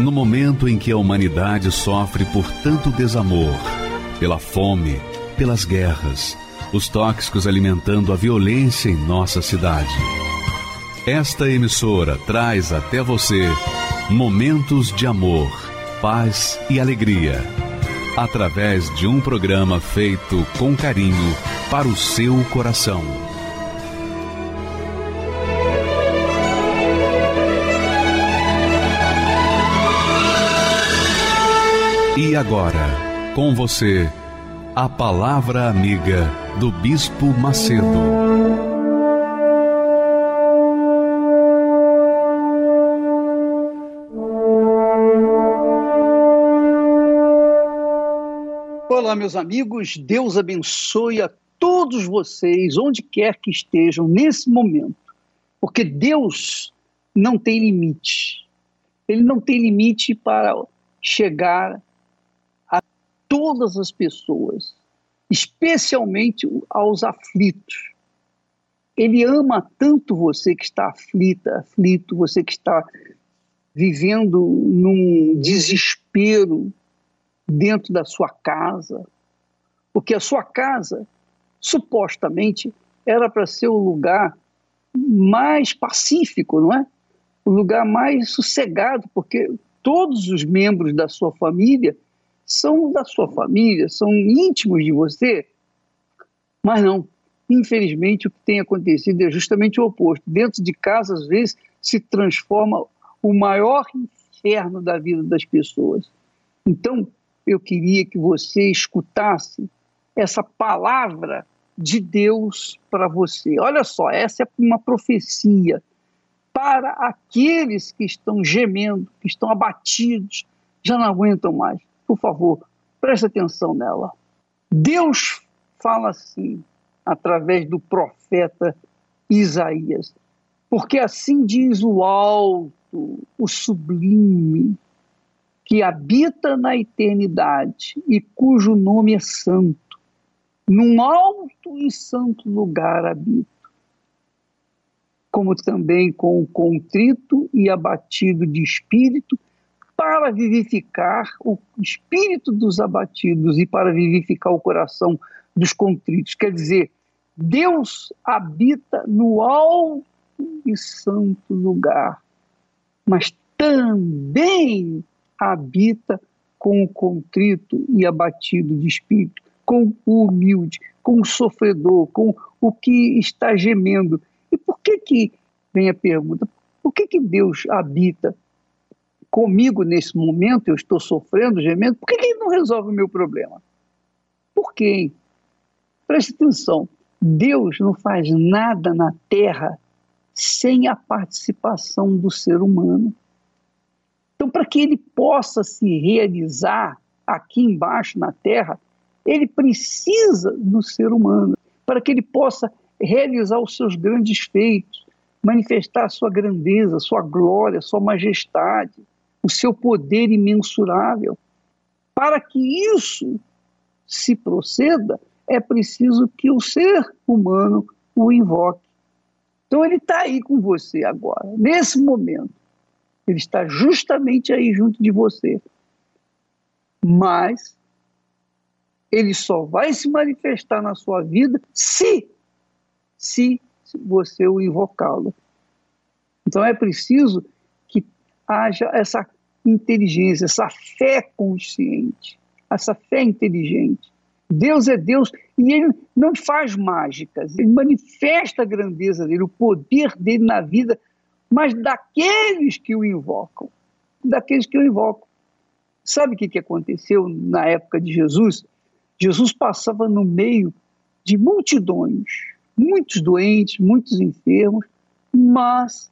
No momento em que a humanidade sofre por tanto desamor, pela fome, pelas guerras, os tóxicos alimentando a violência em nossa cidade. Esta emissora traz até você momentos de amor, paz e alegria, através de um programa feito com carinho para o seu coração. E agora, com você, a Palavra Amiga do Bispo Macedo. Olá, meus amigos, Deus abençoe a todos vocês, onde quer que estejam nesse momento, porque Deus não tem limite. Ele não tem limite para chegar a todas as pessoas, especialmente aos aflitos. Ele ama tanto você que está aflito, você que está vivendo num desespero dentro da sua casa, porque a sua casa, supostamente, era para ser o lugar mais pacífico, não é? O lugar mais sossegado, porque todos os membros da sua família são da sua família, são íntimos de você. Mas não, infelizmente o que tem acontecido é justamente o oposto. Dentro de casa, às vezes, se transforma o maior inferno da vida das pessoas. Então, eu queria que você escutasse essa palavra de Deus para você. Olha só, essa é uma profecia para aqueles que estão gemendo, que estão abatidos, já não aguentam mais. Por favor, preste atenção nela. Deus fala assim, através do profeta Isaías, porque assim diz o alto, o sublime, que habita na eternidade e cujo nome é santo. Num alto e santo lugar habito, como também com o contrito e abatido de espírito, para vivificar o espírito dos abatidos e para vivificar o coração dos contritos. Quer dizer, Deus habita no alto e santo lugar, mas também habita com o contrito e abatido de espírito, com o humilde, com o sofredor, com o que está gemendo. E por que vem a pergunta, por que Deus habita comigo nesse momento? Eu estou sofrendo, gemendo, por que Ele não resolve o meu problema? Por quê? Preste atenção, Deus não faz nada na terra sem a participação do ser humano. Então, para que Ele possa se realizar aqui embaixo na terra, Ele precisa do ser humano, para que Ele possa realizar os seus grandes feitos, manifestar a sua grandeza, a sua glória, a sua majestade, o seu poder imensurável. Para que isso se proceda, é preciso que o ser humano o invoque. Então ele está aí com você agora, nesse momento. Ele está justamente aí junto de você. Mas ele só vai se manifestar na sua vida se você o invocá-lo. Então é preciso que haja essa inteligência, essa fé consciente, essa fé inteligente. Deus é Deus e Ele não faz mágicas, Ele manifesta a grandeza dEle, o poder dEle na vida, mas daqueles que o invocam. Daqueles que o invocam. Sabe o que aconteceu na época de Jesus? Jesus passava no meio de multidões, muitos doentes, muitos enfermos, mas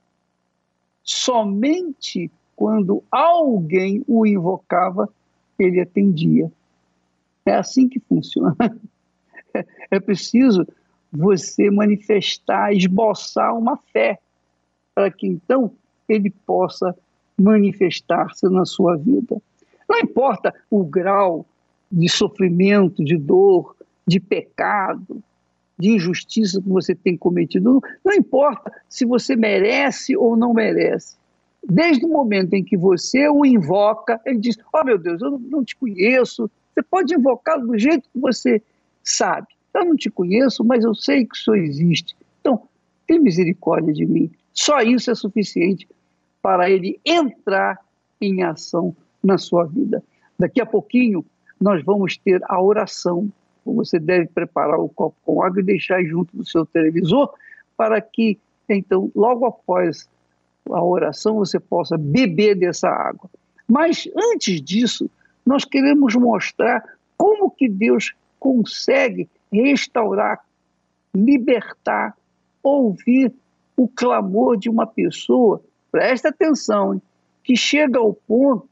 somente quando alguém o invocava, ele atendia. É assim que funciona. É preciso você manifestar, esboçar uma fé, para que então ele possa manifestar-se na sua vida. Não importa o grau de sofrimento, de dor, de pecado, de injustiça que você tem cometido, não importa se você merece ou não merece. Desde o momento em que você o invoca, ele diz: oh meu Deus, eu não te conheço. Você pode invocá-lo do jeito que você sabe. Eu não te conheço, mas eu sei que o Senhor existe. Então, tem misericórdia de mim. Só isso é suficiente para ele entrar em ação na sua vida. Daqui a pouquinho, nós vamos ter a oração. Você deve preparar o copo com água e deixar junto do seu televisor para que, então, logo após a oração, você possa beber dessa água. Mas, antes disso, nós queremos mostrar como que Deus consegue restaurar, libertar, ouvir o clamor de uma pessoa, presta atenção, hein, que chega ao ponto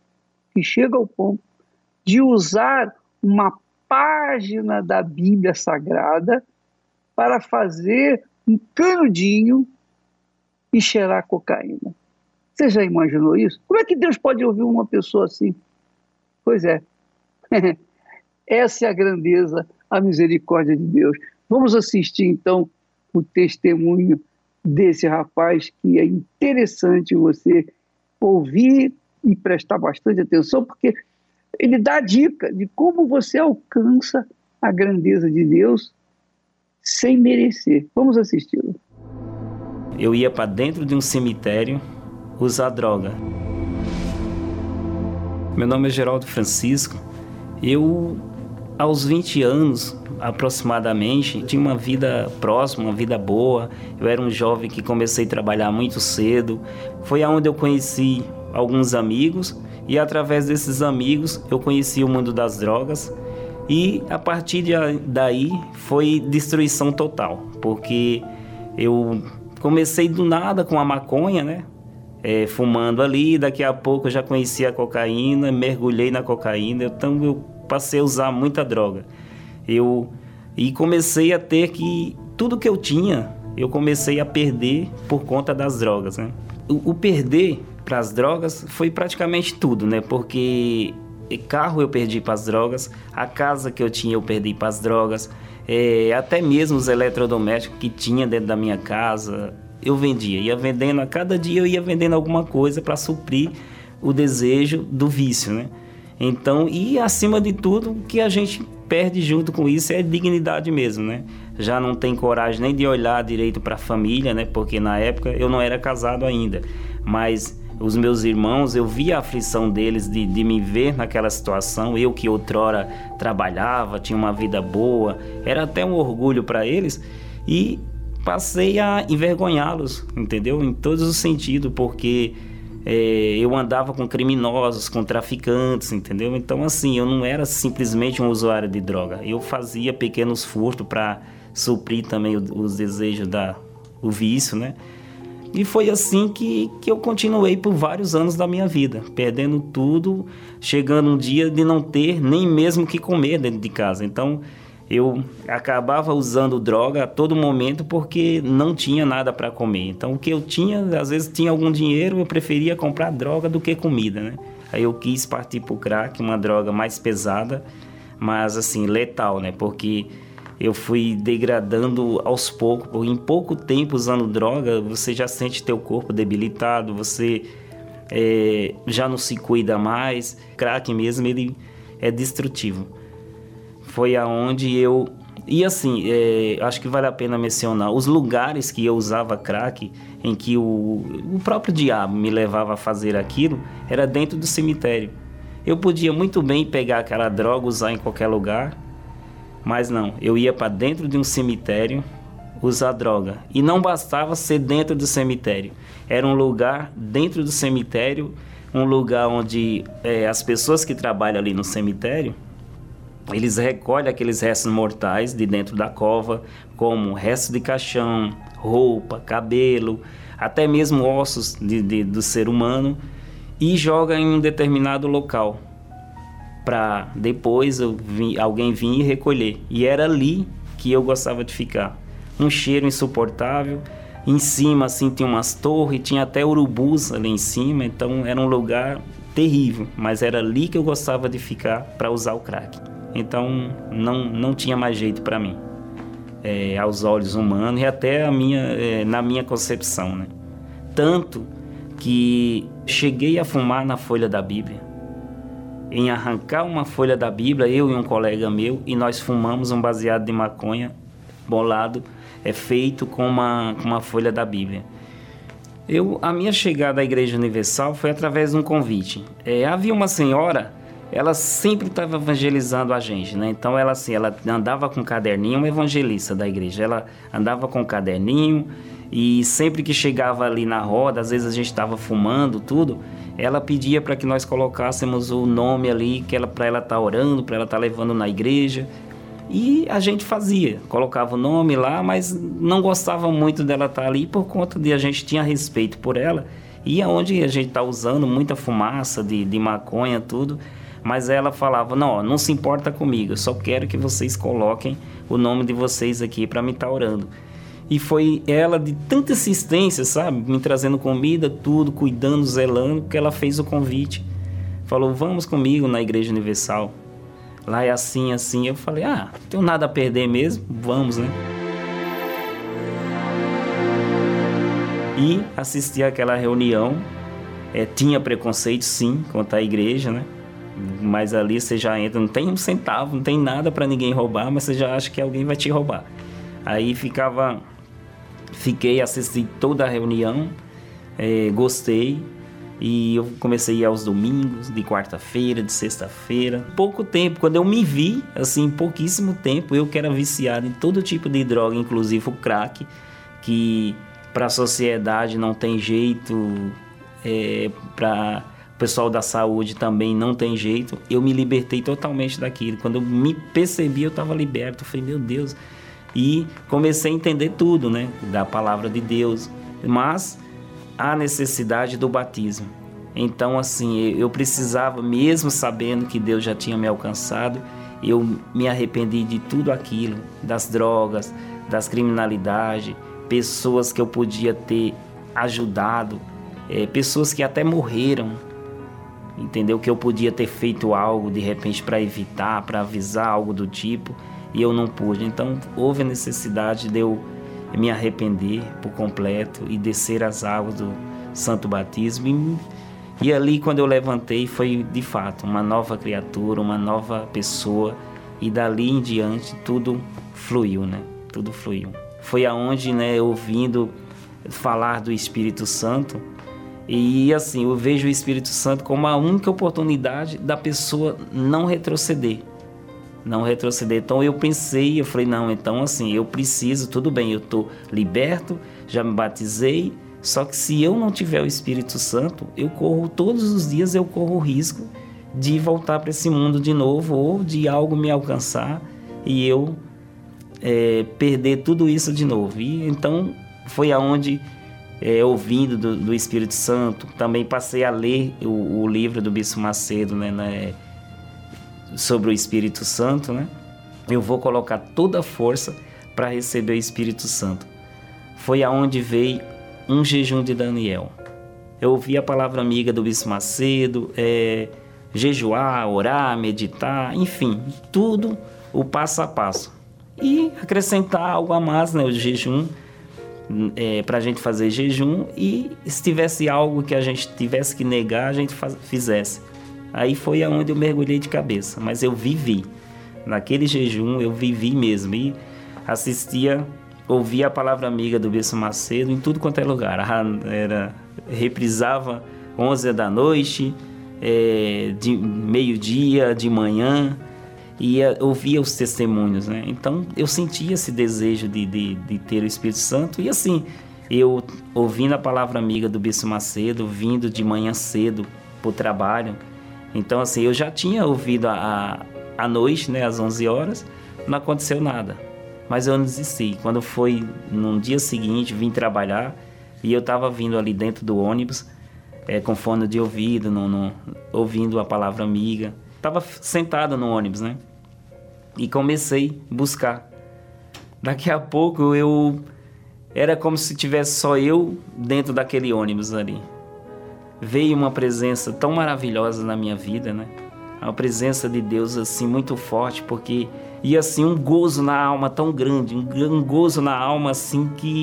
de usar uma página da Bíblia Sagrada para fazer um canudinho e cheirar cocaína. Você já imaginou isso? Como é que Deus pode ouvir uma pessoa assim? Pois é. Essa é a grandeza, a misericórdia de Deus. Vamos assistir, então, o testemunho desse rapaz, que é interessante você ouvir e prestar bastante atenção, porque ele dá a dica de como você alcança a grandeza de Deus sem merecer. Vamos assisti-lo. Eu ia para dentro de um cemitério usar droga. Meu nome é Geraldo Francisco. Eu, aos 20 anos, aproximadamente, tinha uma vida próxima, uma vida boa. Eu era um jovem que comecei a trabalhar muito cedo. Foi aonde eu conheci alguns amigos e através desses amigos eu conheci o mundo das drogas. E a partir daí foi destruição total, porque eu comecei do nada com a maconha, né? Fumando ali, daqui a pouco eu já conhecia a cocaína, mergulhei na cocaína, então eu passei a usar muita droga. E comecei a ter que, tudo que eu tinha, eu comecei a perder por conta das drogas, né? O perder para as drogas foi praticamente tudo, né? Porque carro eu perdi para as drogas, a casa que eu tinha eu perdi para as drogas, até mesmo os eletrodomésticos que tinha dentro da minha casa, eu vendia, ia vendendo, a cada dia eu ia vendendo alguma coisa para suprir o desejo do vício, né? Então, e acima de tudo, o que a gente perde junto com isso é dignidade mesmo, né? Já não tem coragem nem de olhar direito para a família, né? Porque na época eu não era casado ainda, mas os meus irmãos, eu via a aflição deles de me ver naquela situação, eu que outrora trabalhava, tinha uma vida boa, era até um orgulho para eles, e passei a envergonhá-los, entendeu? Em todos os sentidos, porque eu andava com criminosos, com traficantes, entendeu? Então, assim, eu não era simplesmente um usuário de droga. Eu fazia pequenos furtos para suprir também os desejos do vício, né? E foi assim que eu continuei por vários anos da minha vida, perdendo tudo, chegando um dia de não ter nem mesmo que comer dentro de casa. Então, eu acabava usando droga a todo momento porque não tinha nada para comer. Então, o que eu tinha, às vezes tinha algum dinheiro, eu preferia comprar droga do que comida, né? Aí eu quis partir para o crack, uma droga mais pesada, mas assim, letal, né? Porque eu fui degradando aos poucos, porque em pouco tempo usando droga, você já sente teu corpo debilitado, você já não se cuida mais. Crack mesmo, ele é destrutivo. Foi aonde eu... E assim, acho que vale a pena mencionar, os lugares que eu usava crack, em que o próprio diabo me levava a fazer aquilo, era dentro do cemitério. Eu podia muito bem pegar aquela droga, usar em qualquer lugar, mas não, eu ia para dentro de um cemitério usar droga. E não bastava ser dentro do cemitério, era um lugar dentro do cemitério, um lugar onde as pessoas que trabalham ali no cemitério, eles recolhem aqueles restos mortais de dentro da cova, como restos de caixão, roupa, cabelo, até mesmo ossos do ser humano, e jogam em um determinado local, para depois alguém vir e recolher. E era ali que eu gostava de ficar. Um cheiro insuportável, em cima assim tinha umas torres, tinha até urubus ali em cima, então era um lugar terrível, mas era ali que eu gostava de ficar para usar o crack. Então não tinha mais jeito para mim, aos olhos humanos e até na minha concepção, né? Tanto que cheguei a fumar na folha da Bíblia. Em arrancar uma folha da Bíblia, eu e um colega meu, e nós fumamos um baseado de maconha bolado, feito com uma folha da Bíblia. A minha chegada à Igreja Universal foi através de um convite. Havia uma senhora, ela sempre estava evangelizando a gente, né? Então ela andava com um caderninho, uma evangelista da igreja. Ela andava com um caderninho e sempre que chegava ali na roda, às vezes a gente estava fumando tudo, ela pedia para que nós colocássemos o nome ali, para ela estar orando, para ela estar levando na igreja. E a gente fazia, colocava o nome lá, mas não gostava muito dela estar ali por conta de a gente tinha respeito por ela. E aonde a gente está usando muita fumaça de maconha, tudo. Mas ela falava, não se importa comigo, eu só quero que vocês coloquem o nome de vocês aqui para me estar orando. E foi ela de tanta insistência, sabe? Me trazendo comida, tudo, cuidando, zelando, que ela fez o convite. Falou, vamos comigo na Igreja Universal. Lá é assim, assim. Eu falei, não tenho nada a perder mesmo, vamos, né? E assisti àquela reunião. Tinha preconceito, sim, quanto à igreja, né? Mas ali você já entra, não tem um centavo, não tem nada para ninguém roubar, mas você já acha que alguém vai te roubar. Aí assisti toda a reunião, gostei. E eu comecei a ir aos domingos, de quarta-feira, de sexta-feira. Pouco tempo, quando eu me vi, assim, pouquíssimo tempo, eu que era viciado em todo tipo de droga, inclusive o crack, que para a sociedade não tem jeito, para o pessoal da saúde também não tem jeito. Eu me libertei totalmente daquilo. Quando eu me percebi, eu estava liberto. Eu falei, meu Deus. E comecei a entender tudo, né, da palavra de Deus. Mas a necessidade do batismo. Então, assim, eu precisava, mesmo sabendo que Deus já tinha me alcançado, eu me arrependi de tudo aquilo, das drogas, das criminalidades, pessoas que eu podia ter ajudado, pessoas que até morreram, entendeu? Que eu podia ter feito algo, de repente, para evitar, para avisar, algo do tipo, e eu não pude. Então, houve a necessidade de eu me arrepender por completo e descer as águas do Santo Batismo. E ali, quando eu levantei, foi de fato uma nova criatura, uma nova pessoa. E dali em diante, tudo fluiu, né? Tudo fluiu. Foi aonde, né, ouvindo falar do Espírito Santo, e assim, eu vejo o Espírito Santo como a única oportunidade da pessoa não retroceder. Então eu falei, não, então assim, eu preciso, tudo bem, eu estou liberto, já me batizei, só que se eu não tiver o Espírito Santo, todos os dias eu corro o risco de voltar para esse mundo de novo, ou de algo me alcançar e eu perder tudo isso de novo. E então foi aonde, ouvindo do Espírito Santo, também passei a ler o livro do Bispo Macedo, né, sobre o Espírito Santo, né? Eu vou colocar toda a força para receber o Espírito Santo. Foi aonde veio um jejum de Daniel. Eu ouvi a palavra amiga do Bispo Macedo, jejuar, orar, meditar, enfim, tudo o passo a passo. E acrescentar algo a mais, né? O jejum, para a gente fazer jejum, e se tivesse algo que a gente tivesse que negar, a gente fizesse. Aí foi aonde eu mergulhei de cabeça, mas eu vivi. Naquele jejum eu vivi mesmo e ouvia a palavra amiga do Bispo Macedo em tudo quanto é lugar. Reprisava 11 da noite, de meio-dia, de manhã, e ouvia os testemunhos, né? Então eu sentia esse desejo de ter o Espírito Santo, e assim, eu ouvindo a palavra amiga do Bispo Macedo, vindo de manhã cedo para o trabalho. Então, assim, eu já tinha ouvido à noite, né, às 11 horas, não aconteceu nada. Mas eu não desisti. Quando foi no dia seguinte, vim trabalhar, e eu estava vindo ali dentro do ônibus, com fone de ouvido, ouvindo a palavra amiga. Estava sentado no ônibus, né? E comecei a buscar. Daqui a pouco, era como se tivesse só eu dentro daquele ônibus ali. Veio uma presença tão maravilhosa na minha vida, né? Uma presença de Deus, assim, muito forte, porque... E, assim, um gozo na alma tão grande, um gozo na alma, assim, que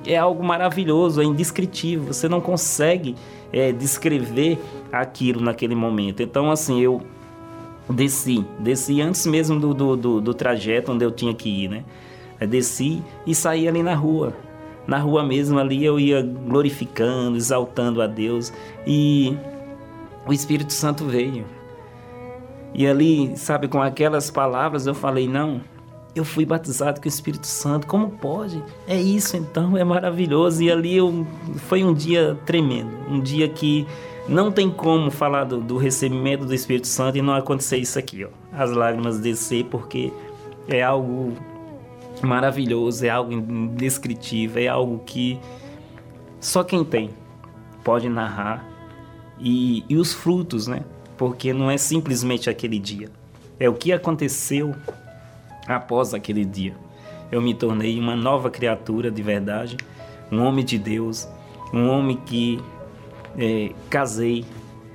é algo maravilhoso, é indescritível. Você não consegue descrever aquilo naquele momento. Então, assim, eu desci antes mesmo do trajeto onde eu tinha que ir, né? Eu desci e saí ali na rua. Na rua mesmo ali eu ia glorificando, exaltando a Deus, e o Espírito Santo veio. E ali, sabe, com aquelas palavras eu falei, não, eu fui batizado com o Espírito Santo, como pode? É isso então, é maravilhoso. E ali foi um dia tremendo, um dia que não tem como falar do recebimento do Espírito Santo e não acontecer isso aqui, ó, as lágrimas descer, porque é algo maravilhoso, é algo indescritível, é algo que só quem tem pode narrar. E os frutos, né? Porque não é simplesmente aquele dia, é o que aconteceu após aquele dia. Eu me tornei uma nova criatura de verdade, um homem de Deus, um homem que casei,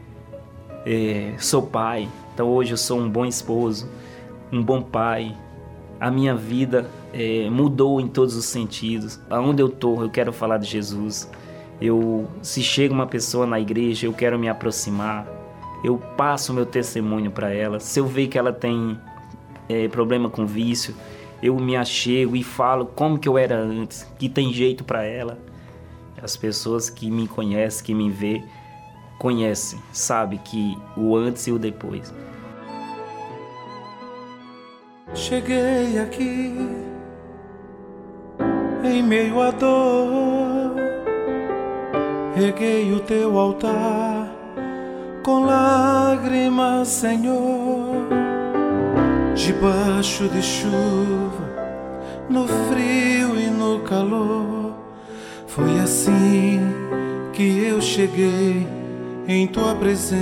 sou pai. Então hoje eu sou um bom esposo, um bom pai. A minha vida mudou em todos os sentidos. Aonde eu estou, eu quero falar de Jesus. Se chega uma pessoa na igreja, eu quero me aproximar. Eu passo o meu testemunho para ela. Se eu ver que ela tem problema com vício, eu me achego e falo como que eu era antes, que tem jeito para ela. As pessoas que me conhecem, que me vê, conhecem, sabe que o antes e o depois. Cheguei aqui em meio à dor, reguei o teu altar com lágrimas, Senhor, debaixo de chuva, no frio e no calor. Foi assim que eu cheguei em tua presença.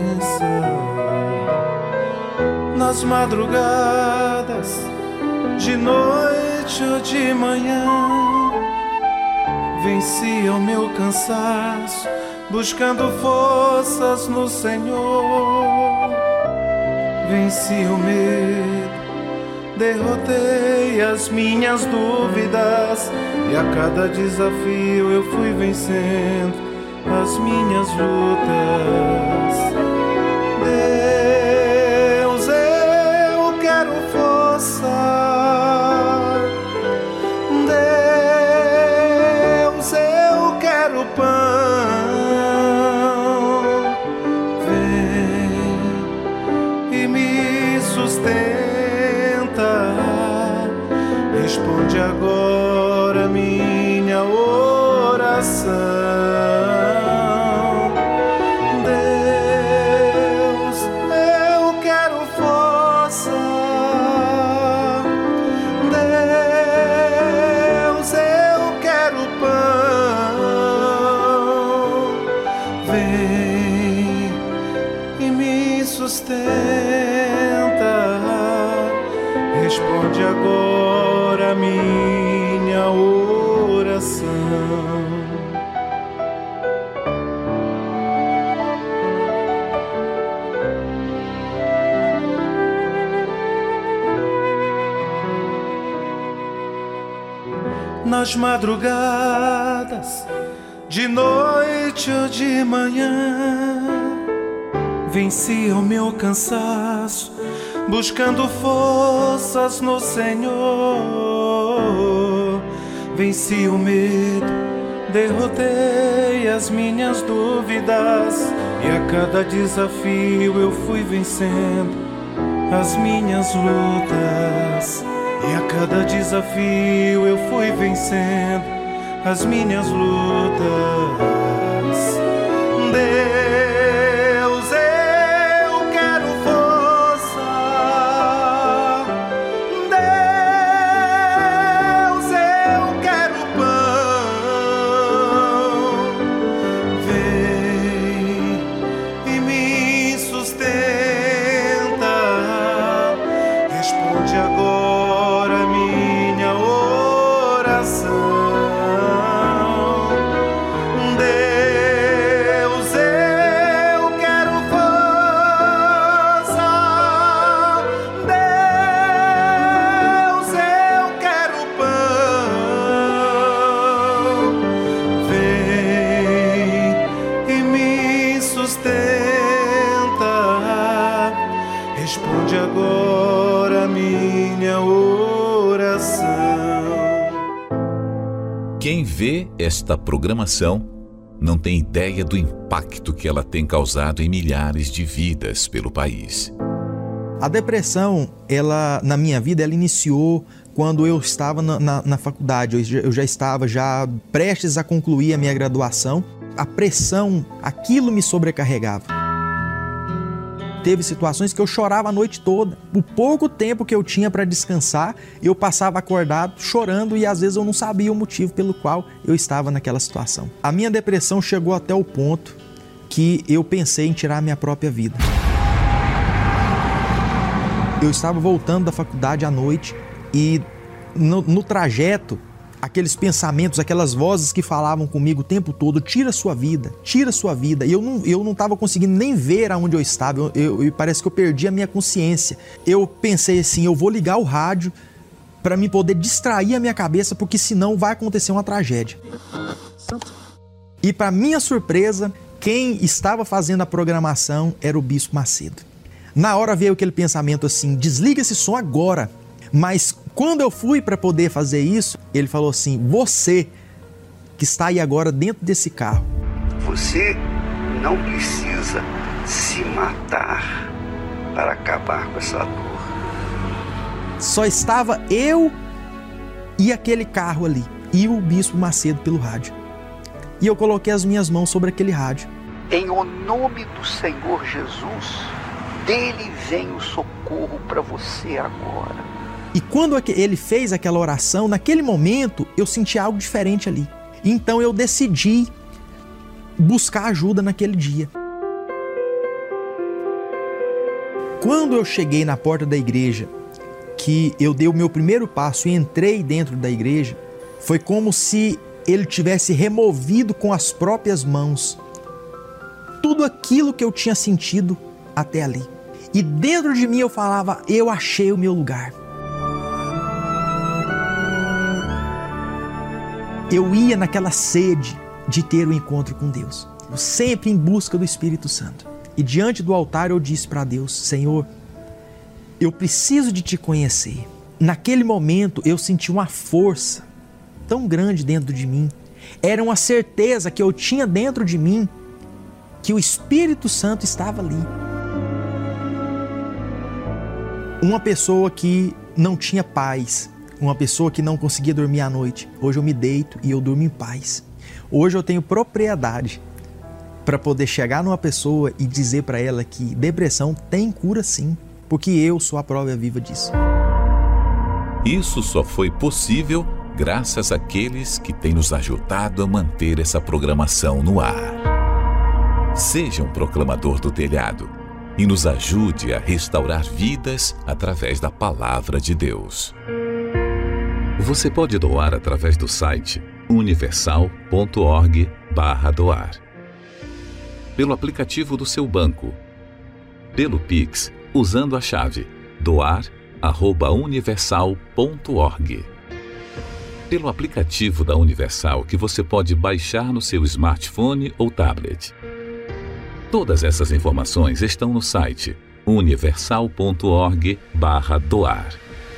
Nas madrugadas, de noite ou de manhã, vencia o meu cansaço, buscando forças no Senhor. Venci o medo, derrotei as minhas dúvidas, e a cada desafio eu fui vencendo as minhas lutas. Deus, eu quero força. Deus, eu quero pão. Vem e me sustenta. Responde agora minha oração. Responde agora minha oração. Nas madrugadas, de noite ou de manhã, vencia o meu cansaço, buscando forças no Senhor. Venci o medo, derrotei as minhas dúvidas, e a cada desafio eu fui vencendo as minhas lutas. E a cada desafio eu fui vencendo as minhas lutas. Deus, eu quero força. Deus, eu quero pão. Vem e me sustenta. Responde agora minha oração. Deus, eu Quem vê esta programação não tem ideia do impacto que ela tem causado em milhares de vidas pelo país. A depressão, na minha vida, ela iniciou quando eu estava na faculdade. Eu já estava prestes a concluir a minha graduação. A pressão, aquilo me sobrecarregava. Teve situações que eu chorava a noite toda. O pouco tempo que eu tinha para descansar, eu passava acordado, chorando, e às vezes eu não sabia o motivo pelo qual eu estava naquela situação. A minha depressão chegou até o ponto que eu pensei em tirar a minha própria vida. Eu estava voltando da faculdade à noite e no trajeto, aqueles pensamentos, aquelas vozes que falavam comigo o tempo todo: tira sua vida, tira sua vida. E eu não estava conseguindo nem ver aonde eu estava, parece que eu perdi a minha consciência. Eu pensei assim: eu vou ligar o rádio para me poder distrair a minha cabeça, porque senão vai acontecer uma tragédia. E para minha surpresa, quem estava fazendo a programação era o Bispo Macedo. Na hora veio aquele pensamento assim: desliga esse som agora. Mas quando eu fui para poder fazer isso, ele falou assim: você que está aí agora dentro desse carro, você não precisa se matar para acabar com essa dor. Só estava eu e aquele carro ali, e o Bispo Macedo pelo rádio. E eu coloquei as minhas mãos sobre aquele rádio. Em o nome do Senhor Jesus, dele vem o socorro para você agora. E quando ele fez aquela oração, naquele momento eu senti algo diferente ali. Então eu decidi buscar ajuda naquele dia. Quando eu cheguei na porta da igreja, que eu dei o meu primeiro passo e entrei dentro da igreja, foi como se ele tivesse removido com as próprias mãos tudo aquilo que eu tinha sentido até ali. E dentro de mim eu falava: eu achei o meu lugar. Eu ia naquela sede de ter um encontro com Deus, sempre em busca do Espírito Santo. E diante do altar eu disse para Deus: Senhor, eu preciso de Te conhecer. Naquele momento eu senti uma força tão grande dentro de mim. Era uma certeza que eu tinha dentro de mim que o Espírito Santo estava ali. Uma pessoa que não tinha paz, uma pessoa que não conseguia dormir à noite, hoje eu me deito e eu durmo em paz. Hoje eu tenho propriedade para poder chegar numa pessoa e dizer para ela que depressão tem cura sim, porque eu sou a prova viva disso. Isso só foi possível graças àqueles que têm nos ajudado a manter essa programação no ar. Seja um proclamador do telhado e nos ajude a restaurar vidas através da Palavra de Deus. Você pode doar através do site universal.org/doar, pelo aplicativo do seu banco, pelo Pix usando a chave doar@universal.org, pelo aplicativo da Universal que você pode baixar no seu smartphone ou tablet. Todas essas informações estão no site universal.org/doar.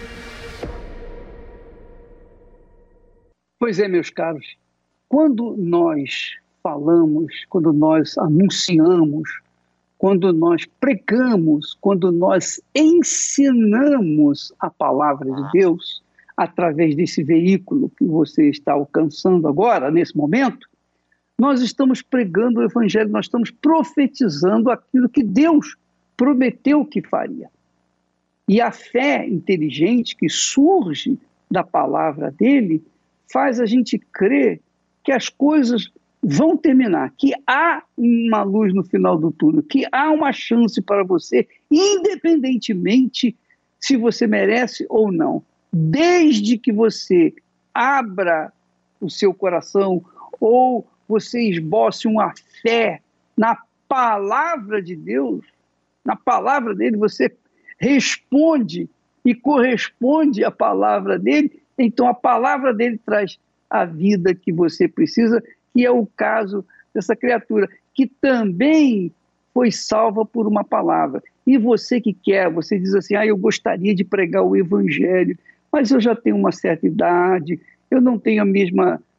Pois é, meus caros, quando nós falamos, quando nós anunciamos, quando nós pregamos, quando nós ensinamos a palavra de Deus através desse veículo que você está alcançando agora, nesse momento, nós estamos pregando o Evangelho, nós estamos profetizando aquilo que Deus prometeu que faria. E a fé inteligente que surge da palavra dele faz a gente crer que as coisas vão terminar, que há uma luz no final do túnel, que há uma chance para você, independentemente se você merece ou não. Desde que você abra o seu coração ou você esboce uma fé na palavra de Deus, na palavra dele, você responde e corresponde à palavra dele, então a palavra dele traz a vida que você precisa, que é o caso dessa criatura, que também foi salva por uma palavra. E você que quer, você diz assim: eu gostaria de pregar o Evangelho, mas eu já tenho uma certa idade, eu não tenho a mesma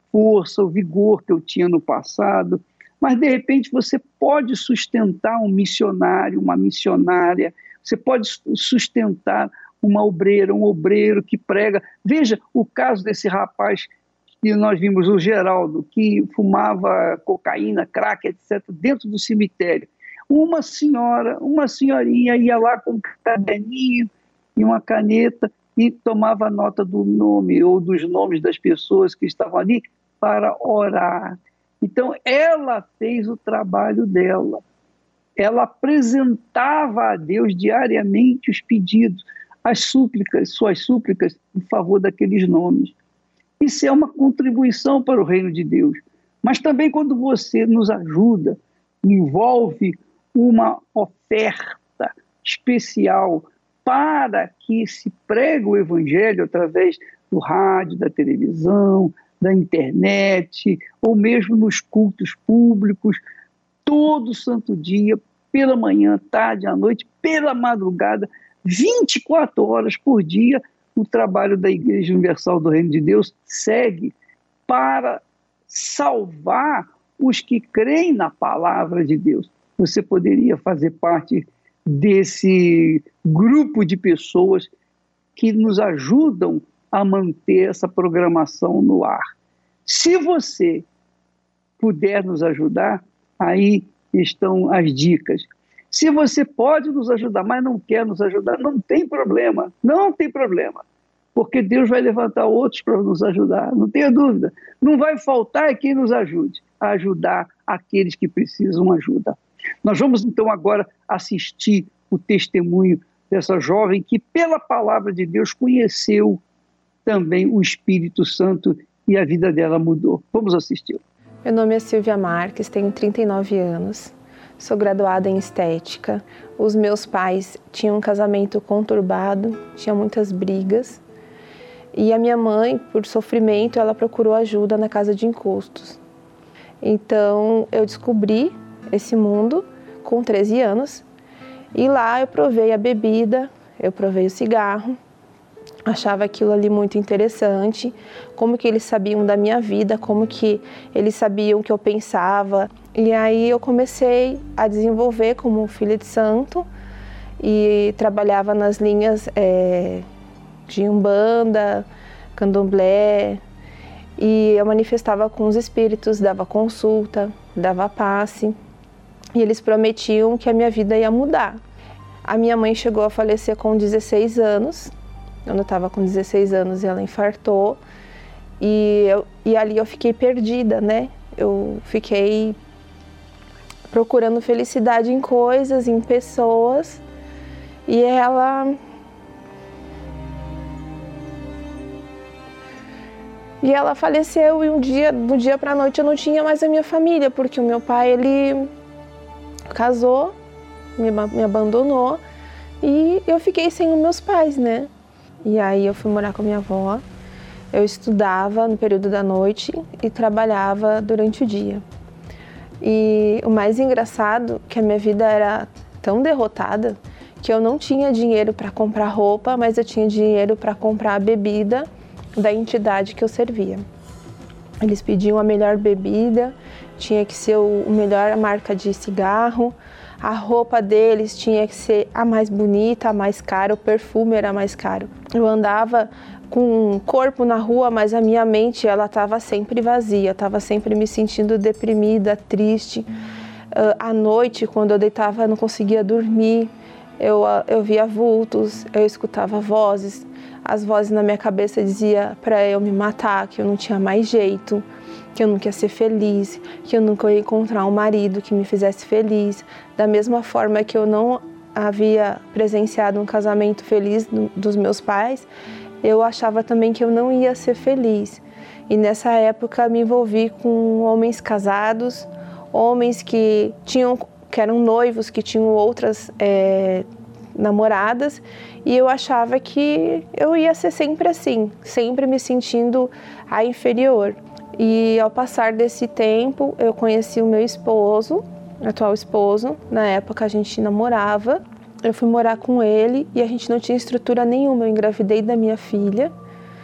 força, o vigor que eu tinha no passado, mas de repente você pode sustentar um missionário, uma missionária, você pode sustentar uma obreira, um obreiro que prega. Veja o caso desse rapaz que nós vimos, o Geraldo, que fumava cocaína, crack, etc., dentro do cemitério. Uma senhorinha ia lá com um caderninho e uma caneta e tomava nota do nome ou dos nomes das pessoas que estavam ali para orar. Então, ela fez o trabalho dela. Ela apresentava a Deus diariamente os pedidos, as súplicas, suas súplicas em favor daqueles nomes. Isso é uma contribuição para o reino de Deus. Mas também quando você nos ajuda, envolve uma oferta especial para que se pregue o evangelho através do rádio, da televisão, da internet, ou mesmo nos cultos públicos, todo santo dia, pela manhã, tarde, à noite, pela madrugada, 24 horas por dia, o trabalho da Igreja Universal do Reino de Deus segue para salvar os que creem na palavra de Deus. Você poderia fazer parte desse grupo de pessoas que nos ajudam a manter essa programação no ar. Se você puder nos ajudar, aí estão as dicas. Se você pode nos ajudar, mas não quer nos ajudar, não tem problema, porque Deus vai levantar outros para nos ajudar, não tenha dúvida. Não vai faltar quem nos ajude a ajudar aqueles que precisam ajuda. Nós vamos então agora assistir o testemunho dessa jovem que pela palavra de Deus conheceu também o Espírito Santo e a vida dela mudou. Vamos assistir. Meu nome é Silvia Marques, tenho 39 anos, sou graduada em estética. Os meus pais tinham um casamento conturbado, tinha muitas brigas. E a minha mãe, por sofrimento, ela procurou ajuda na casa de encostos. Então, eu descobri esse mundo com 13 anos. E lá eu provei a bebida, eu provei o cigarro. Achava aquilo ali muito interessante, como que eles sabiam da minha vida, como que eles sabiam o que eu pensava. E aí eu comecei a desenvolver como filha de santo e trabalhava nas linhas de umbanda, candomblé, e eu manifestava com os espíritos, dava consulta, dava passe, e eles prometiam que a minha vida ia mudar. A minha mãe chegou a falecer com 16 anos, quando eu estava com 16 anos ela infartou, e ali eu fiquei perdida, né? Eu fiquei procurando felicidade em coisas, em pessoas, e ela faleceu, e do dia para a noite eu não tinha mais a minha família, porque o meu pai, ele casou, me abandonou, e eu fiquei sem os meus pais, né? E aí eu fui morar com a minha avó, eu estudava no período da noite e trabalhava durante o dia. E o mais engraçado é que a minha vida era tão derrotada que eu não tinha dinheiro para comprar roupa, mas eu tinha dinheiro para comprar a bebida da entidade que eu servia. Eles pediam a melhor bebida, tinha que ser a melhor marca de cigarro, a roupa deles tinha que ser a mais bonita, a mais cara, o perfume era mais caro. Eu andava com um corpo na rua, mas a minha mente ela estava sempre vazia, estava sempre me sentindo deprimida, triste. À noite, quando eu deitava, eu não conseguia dormir, eu via vultos, eu escutava vozes. As vozes na minha cabeça diziam para eu me matar, que eu não tinha mais jeito, que eu nunca ia ser feliz, que eu nunca ia encontrar um marido que me fizesse feliz. Da mesma forma que eu não havia presenciado um casamento feliz dos meus pais, eu achava também que eu não ia ser feliz. E nessa época me envolvi com homens casados, homens que eram noivos, que tinham outras namoradas, e eu achava que eu ia ser sempre assim, sempre me sentindo a inferior. E ao passar desse tempo, eu conheci o meu esposo, atual esposo. Na época a gente namorava, eu fui morar com ele e a gente não tinha estrutura nenhuma. Eu engravidei da minha filha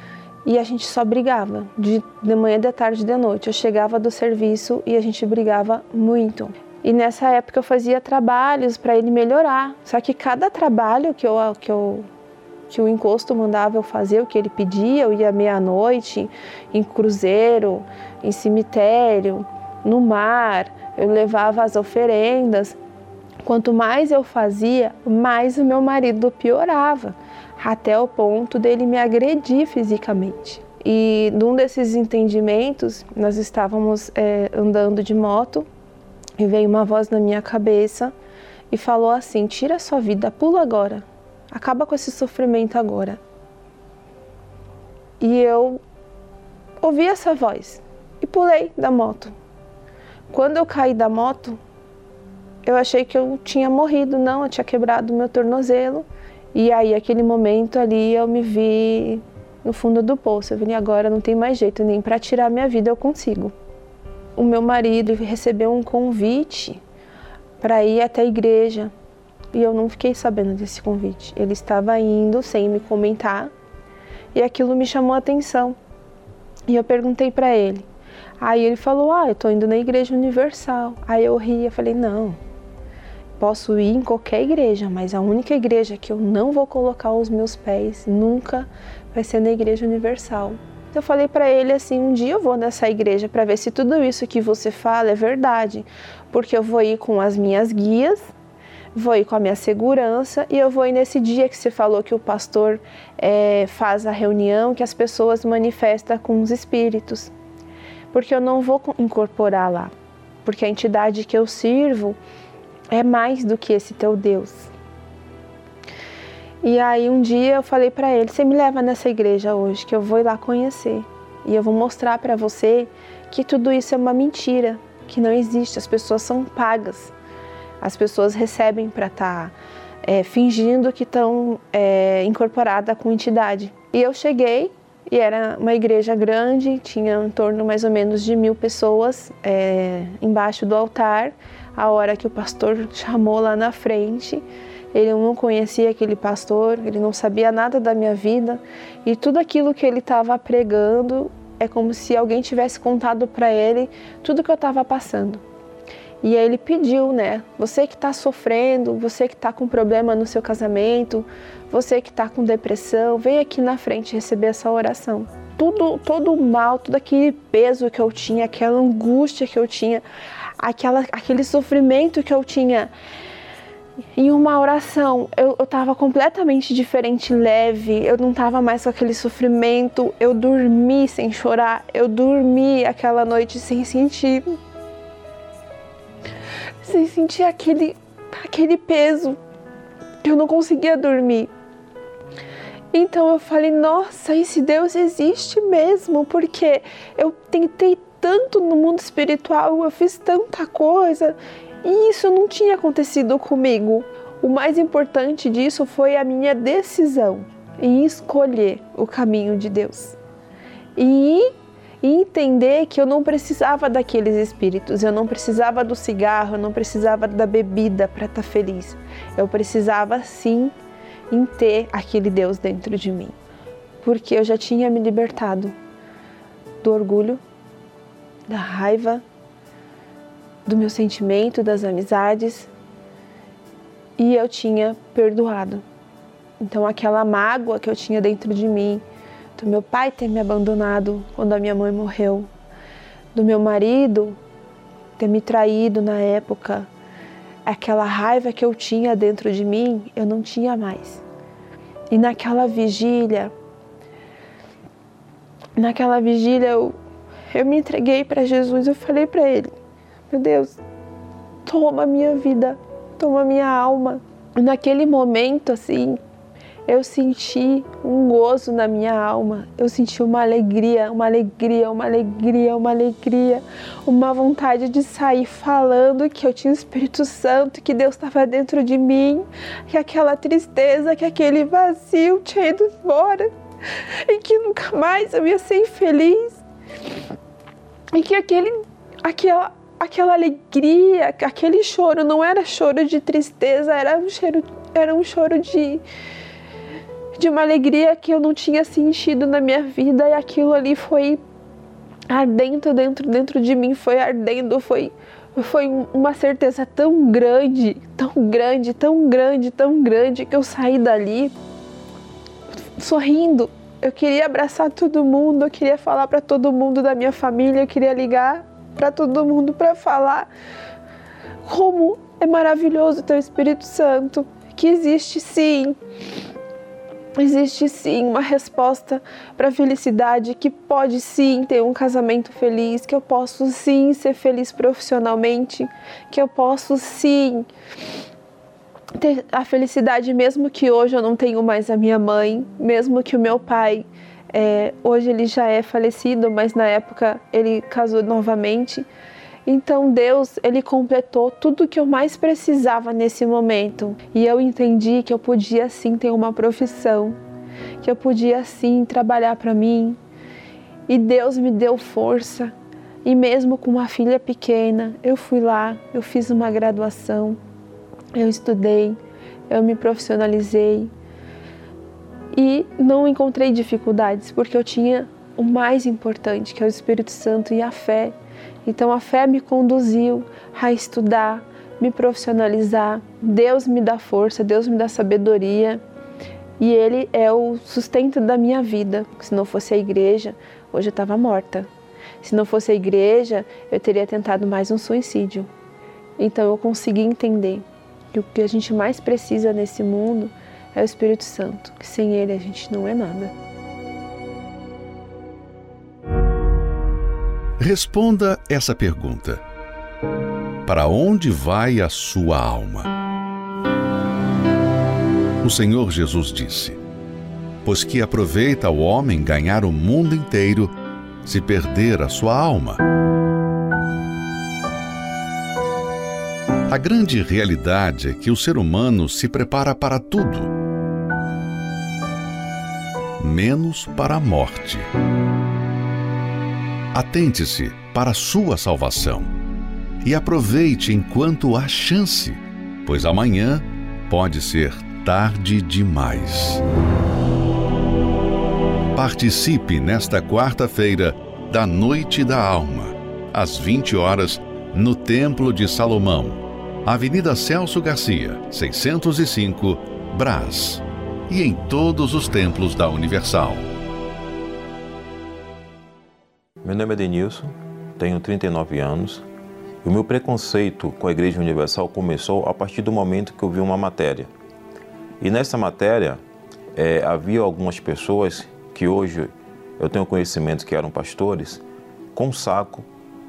e a gente só brigava, de manhã, de tarde, de noite. Eu chegava do serviço e a gente brigava muito. E nessa época eu fazia trabalhos para ele melhorar. Só que cada trabalho que o encosto mandava eu fazer, o que ele pedia, eu ia meia-noite, em cruzeiro, em cemitério, no mar, eu levava as oferendas. Quanto mais eu fazia, mais o meu marido piorava, até o ponto dele me agredir fisicamente. E num desses entendimentos, nós estávamos andando de moto e veio uma voz na minha cabeça e falou assim: tira a sua vida, pula agora, acaba com esse sofrimento agora. E eu ouvi essa voz e pulei da moto. Quando eu caí da moto, eu achei que eu tinha morrido, não, eu tinha quebrado o meu tornozelo. E aí, aquele momento ali, eu me vi no fundo do poço. Eu falei, agora não tem mais jeito, nem para tirar minha vida eu consigo. O meu marido recebeu um convite para ir até a igreja. E eu não fiquei sabendo desse convite. Ele estava indo sem me comentar. E aquilo me chamou a atenção. E eu perguntei para ele. Aí ele falou, eu tô indo na Igreja Universal. Aí eu ri e falei, não. Posso ir em qualquer igreja, mas a única igreja que eu não vou colocar os meus pés nunca vai ser na Igreja Universal. Eu falei para ele assim, um dia eu vou nessa igreja para ver se tudo isso que você fala é verdade, porque eu vou ir com as minhas guias, vou ir com a minha segurança e eu vou ir nesse dia que você falou que o pastor faz a reunião, que as pessoas manifestam com os espíritos, porque eu não vou incorporar lá, porque a entidade que eu sirvo é mais do que esse teu Deus. E aí um dia eu falei para ele, você me leva nessa igreja hoje, que eu vou ir lá conhecer. E eu vou mostrar para você que tudo isso é uma mentira, que não existe, as pessoas são pagas. As pessoas recebem para estar fingindo que estão incorporadas com entidade. E eu cheguei, e era uma igreja grande, tinha em torno mais ou menos de 1000 pessoas embaixo do altar. A hora que o pastor chamou lá na frente, ele não conhecia aquele pastor, ele não sabia nada da minha vida, e tudo aquilo que ele estava pregando é como se alguém tivesse contado para ele tudo que eu estava passando. E aí ele pediu, você que está sofrendo, você que está com problema no seu casamento, você que está com depressão, vem aqui na frente receber essa oração. Todo o mal, todo aquele peso que eu tinha, aquela angústia que eu tinha, aquele sofrimento que eu tinha, em uma oração eu estava completamente diferente, leve, eu não estava mais com aquele sofrimento, eu dormi sem chorar, eu dormi aquela noite sem sentir aquele peso, eu não conseguia dormir. Então eu falei, nossa, esse Deus existe mesmo, porque eu tentei tanto no mundo espiritual, eu fiz tanta coisa e isso não tinha acontecido comigo. O mais importante disso foi a minha decisão em escolher o caminho de Deus e entender que eu não precisava daqueles espíritos, eu não precisava do cigarro, eu não precisava da bebida para estar feliz. Eu precisava sim em ter aquele Deus dentro de mim, porque eu já tinha me libertado do orgulho, da raiva, do meu sentimento, das amizades, e eu tinha perdoado. Então aquela mágoa que eu tinha dentro de mim, do meu pai ter me abandonado quando a minha mãe morreu, do meu marido ter me traído na época, aquela raiva que eu tinha dentro de mim, eu não tinha mais. E naquela vigília eu me entreguei para Jesus, eu falei para Ele, meu Deus, toma a minha vida, toma a minha alma. E naquele momento, assim, eu senti um gozo na minha alma, eu senti uma alegria, uma vontade de sair falando que eu tinha o Espírito Santo, que Deus estava dentro de mim, que aquela tristeza, que aquele vazio tinha ido embora e que nunca mais eu ia ser infeliz e que aquela alegria, aquele choro não era choro de tristeza, era um choro de uma alegria que eu não tinha sentido na minha vida, e aquilo ali foi ardendo dentro de mim, foi ardendo, foi uma certeza tão grande, que eu saí dali sorrindo. Eu queria abraçar todo mundo, eu queria falar para todo mundo da minha família, eu queria ligar para todo mundo para falar como é maravilhoso ter o Espírito Santo, que existe sim uma resposta para a felicidade, que pode sim ter um casamento feliz, que eu posso sim ser feliz profissionalmente, que eu posso sim ter a felicidade, mesmo que hoje eu não tenho mais a minha mãe, mesmo que o meu pai, hoje ele já é falecido, mas na época ele casou novamente. Então Deus, Ele completou tudo o que eu mais precisava nesse momento. E eu entendi que eu podia sim ter uma profissão, que eu podia sim trabalhar para mim. E Deus me deu força. E mesmo com uma filha pequena, eu fui lá, eu fiz uma graduação, eu estudei, eu me profissionalizei. E não encontrei dificuldades, porque eu tinha o mais importante, que é o Espírito Santo e a fé. Então a fé me conduziu a estudar, me profissionalizar. Deus me dá força, Deus me dá sabedoria. E Ele é o sustento da minha vida. Se não fosse a igreja, hoje eu estava morta. Se não fosse a igreja, eu teria tentado mais um suicídio. Então eu consegui entender que o que a gente mais precisa nesse mundo é o Espírito Santo, que sem Ele a gente não é nada. Responda essa pergunta: para onde vai a sua alma? O Senhor Jesus disse: pois que aproveita o homem ganhar o mundo inteiro, se perder a sua alma? A grande realidade é que o ser humano se prepara para tudo, menos para a morte. Atente-se para a sua salvação e aproveite enquanto há chance, pois amanhã pode ser tarde demais. Participe nesta quarta-feira da Noite da Alma, às 20 horas, no Templo de Salomão, Avenida Celso Garcia, 605, Brás, e em todos os templos da Universal. Meu nome é Denilson, tenho 39 anos. E o meu preconceito com a Igreja Universal começou a partir do momento que eu vi uma matéria. E nessa matéria, havia algumas pessoas que hoje eu tenho conhecimento que eram pastores, com um saco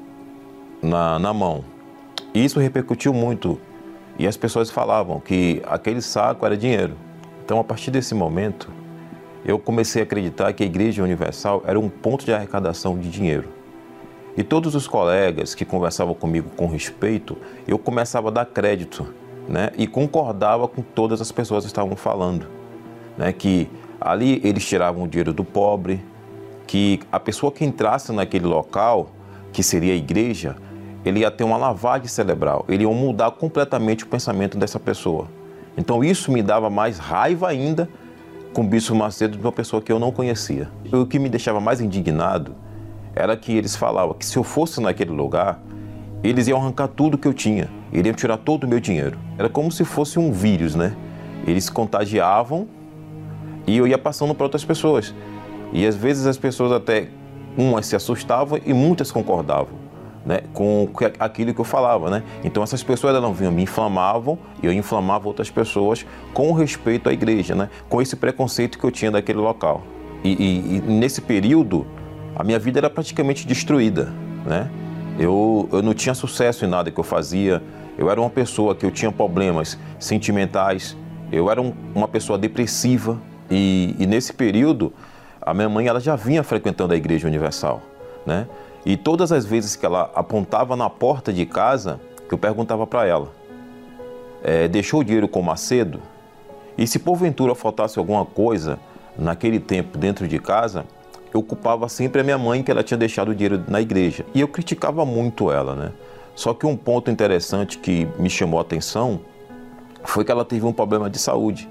na mão. E isso repercutiu muito. E as pessoas falavam que aquele saco era dinheiro. Então, a partir desse momento, eu comecei a acreditar que a Igreja Universal era um ponto de arrecadação de dinheiro. E todos os colegas que conversavam comigo com respeito, eu começava a dar crédito, né? E concordava com todas as pessoas que estavam falando, né? Que ali eles tiravam o dinheiro do pobre, que a pessoa que entrasse naquele local, que seria a igreja, ele ia ter uma lavagem cerebral, ele ia mudar completamente o pensamento dessa pessoa. Então isso me dava mais raiva ainda com o Bispo Macedo, de uma pessoa que eu não conhecia. O que me deixava mais indignado era que eles falavam que se eu fosse naquele lugar, eles iam arrancar tudo que eu tinha, iriam tirar todo o meu dinheiro. Era como se fosse um vírus, né? Eles contagiavam e eu ia passando para outras pessoas. E às vezes as pessoas até, umas se assustavam e muitas concordavam, né, com aquilo que eu falava, né? Então essas pessoas elas vinham, me inflamavam e eu inflamava outras pessoas com respeito à igreja, né? Com esse preconceito que eu tinha daquele local. E nesse período a minha vida era praticamente destruída, né? Eu não tinha sucesso em nada que eu fazia. Eu era uma pessoa que eu tinha problemas sentimentais. Eu era uma pessoa depressiva e nesse período a minha mãe ela já vinha frequentando a Igreja Universal, né? E todas as vezes que ela apontava na porta de casa, eu perguntava para ela, deixou o dinheiro com o Macedo? E se porventura faltasse alguma coisa naquele tempo dentro de casa, eu culpava sempre a minha mãe que ela tinha deixado o dinheiro na igreja. E eu criticava muito ela, né? Só que um ponto interessante que me chamou a atenção foi que ela teve um problema de saúde.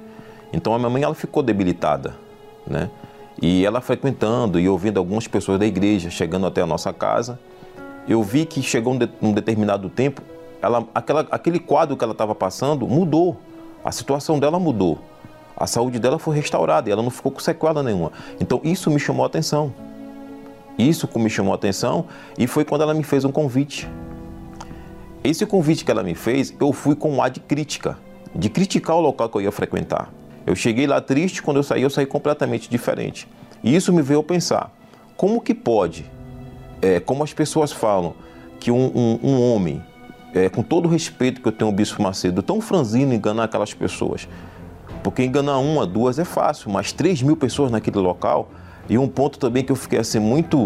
Então a minha mãe ela ficou debilitada, né? E ela frequentando e ouvindo algumas pessoas da igreja chegando até a nossa casa, eu vi que chegou um determinado tempo, aquele quadro que ela estava passando mudou, a situação dela mudou, a saúde dela foi restaurada e ela não ficou com sequela nenhuma. Então isso me chamou a atenção. Isso me chamou a atenção e foi quando ela me fez um convite. Esse convite que ela me fez, eu fui com um ar de crítica, de criticar o local que eu ia frequentar. Eu cheguei lá triste, quando eu saí completamente diferente. E isso me veio a pensar, como que pode, como as pessoas falam, que um homem, com todo o respeito que eu tenho ao Bispo Macedo, tão franzino enganar aquelas pessoas. Porque enganar 1, 2 é fácil, mas 3.000 pessoas naquele local. E um ponto também que eu fiquei assim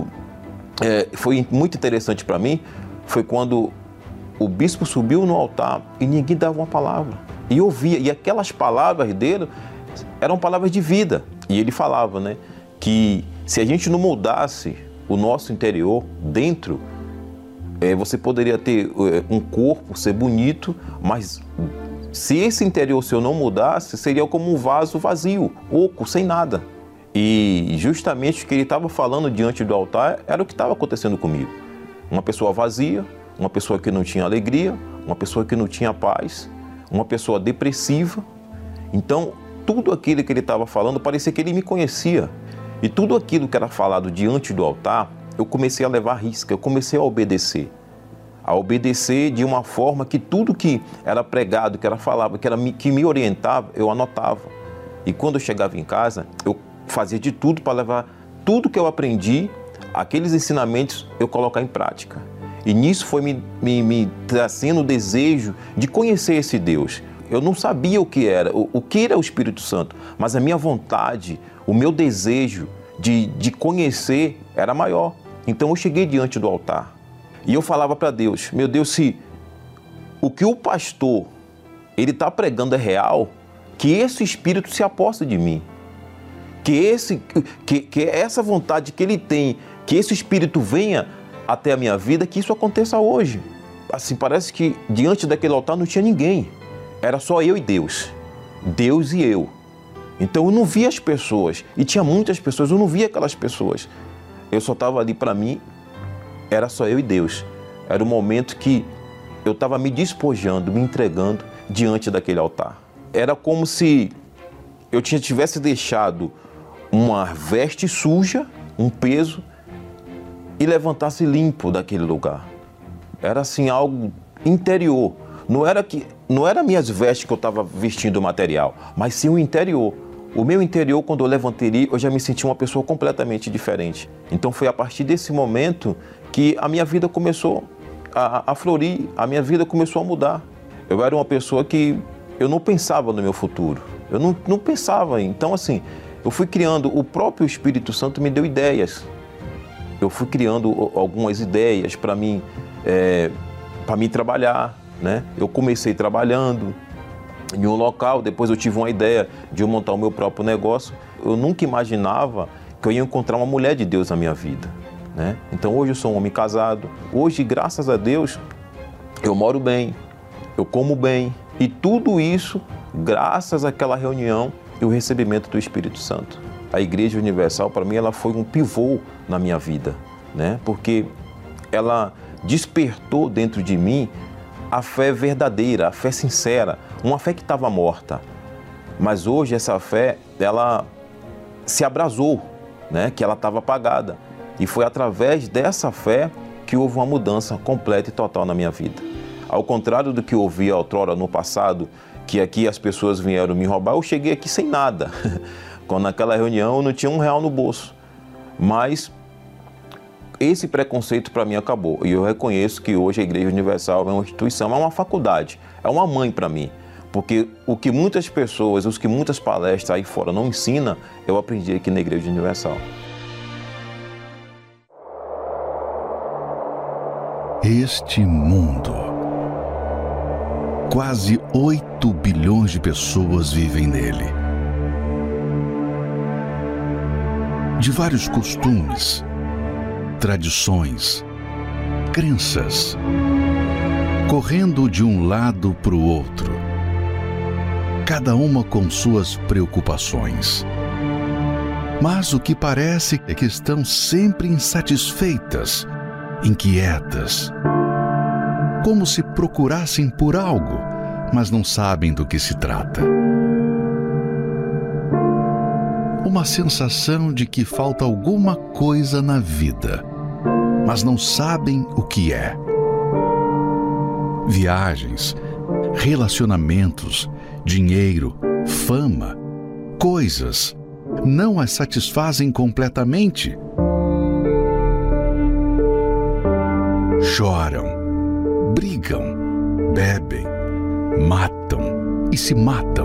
foi muito interessante para mim, foi quando o bispo subiu no altar e ninguém dava uma palavra. E eu via, e aquelas palavras dele eram palavras de vida. E ele falava, né, que se a gente não mudasse o nosso interior dentro, você poderia ter um corpo, ser bonito, mas se esse interior seu não mudasse, seria como um vaso vazio, oco, sem nada. E justamente o que ele estava falando diante do altar era o que estava acontecendo comigo. Uma pessoa vazia, uma pessoa que não tinha alegria, uma pessoa que não tinha paz, uma pessoa depressiva. Então, tudo aquilo que ele estava falando parecia que ele me conhecia. E tudo aquilo que era falado diante do altar, eu comecei a levar risca, eu comecei a obedecer. A obedecer de uma forma que tudo que era pregado, que era falado, que me orientava, eu anotava. E quando eu chegava em casa, eu fazia de tudo para levar tudo que eu aprendi, aqueles ensinamentos, eu colocar em prática. E nisso foi me trazendo o desejo de conhecer esse Deus. Eu não sabia o que era o Espírito Santo, mas a minha vontade, o meu desejo de conhecer era maior. Então eu cheguei diante do altar e eu falava para Deus, meu Deus, se o que o pastor ele está pregando é real, que esse Espírito se aposta de mim. Que essa vontade que ele tem, que esse Espírito venha até a minha vida, que isso aconteça hoje. Assim, parece que diante daquele altar não tinha ninguém. Era só eu e Deus. Deus e eu. Então eu não via as pessoas. E tinha muitas pessoas, eu não via aquelas pessoas. Eu só estava ali para mim, era só eu e Deus. Era o momento que eu estava me despojando, me entregando diante daquele altar. Era como se eu tivesse deixado uma veste suja, um peso, e levantasse limpo daquele lugar. Era assim algo interior. Não era minhas vestes que eu estava vestindo material, mas sim o interior. O meu interior, quando eu levantei, eu já me senti uma pessoa completamente diferente. Então foi a partir desse momento que a minha vida começou a florir, a minha vida começou a mudar. Eu era uma pessoa que eu não pensava no meu futuro. Eu não pensava. Então, assim, eu fui criando, o próprio Espírito Santo me deu ideias. Eu fui criando algumas ideias para mim trabalhar, né? Eu comecei trabalhando em um local, depois eu tive uma ideia de eu montar o meu próprio negócio. Eu nunca imaginava que eu ia encontrar uma mulher de Deus na minha vida, né? Então hoje eu sou um homem casado. Hoje, graças a Deus, eu moro bem, eu como bem. E tudo isso graças àquela reunião e o recebimento do Espírito Santo. A Igreja Universal, para mim, ela foi um pivô na minha vida, né? Porque ela despertou dentro de mim a fé verdadeira, a fé sincera, uma fé que estava morta. Mas hoje essa fé, ela se abrasou, né? Que ela estava apagada. E foi através dessa fé que houve uma mudança completa e total na minha vida. Ao contrário do que eu ouvia outrora no passado, que aqui as pessoas vieram me roubar, eu cheguei aqui sem nada. Quando naquela reunião eu não tinha R$1 no bolso. Mas esse preconceito para mim acabou. E eu reconheço que hoje a Igreja Universal é uma instituição, é uma faculdade, é uma mãe para mim. Porque o que muitas pessoas, os que muitas palestras aí fora não ensinam, eu aprendi aqui na Igreja Universal. Este mundo. Quase 8 bilhões de pessoas vivem nele. De vários costumes, tradições, crenças, correndo de um lado para o outro. cada uma com suas preocupações. Mas o que parece é que estão sempre insatisfeitas, inquietas, como se procurassem por algo, mas não sabem do que se trata. Uma sensação de que falta alguma coisa na vida, mas não sabem o que é. Viagens, relacionamentos, dinheiro, fama, coisas não as satisfazem completamente. Choram, brigam, bebem, matam e se matam.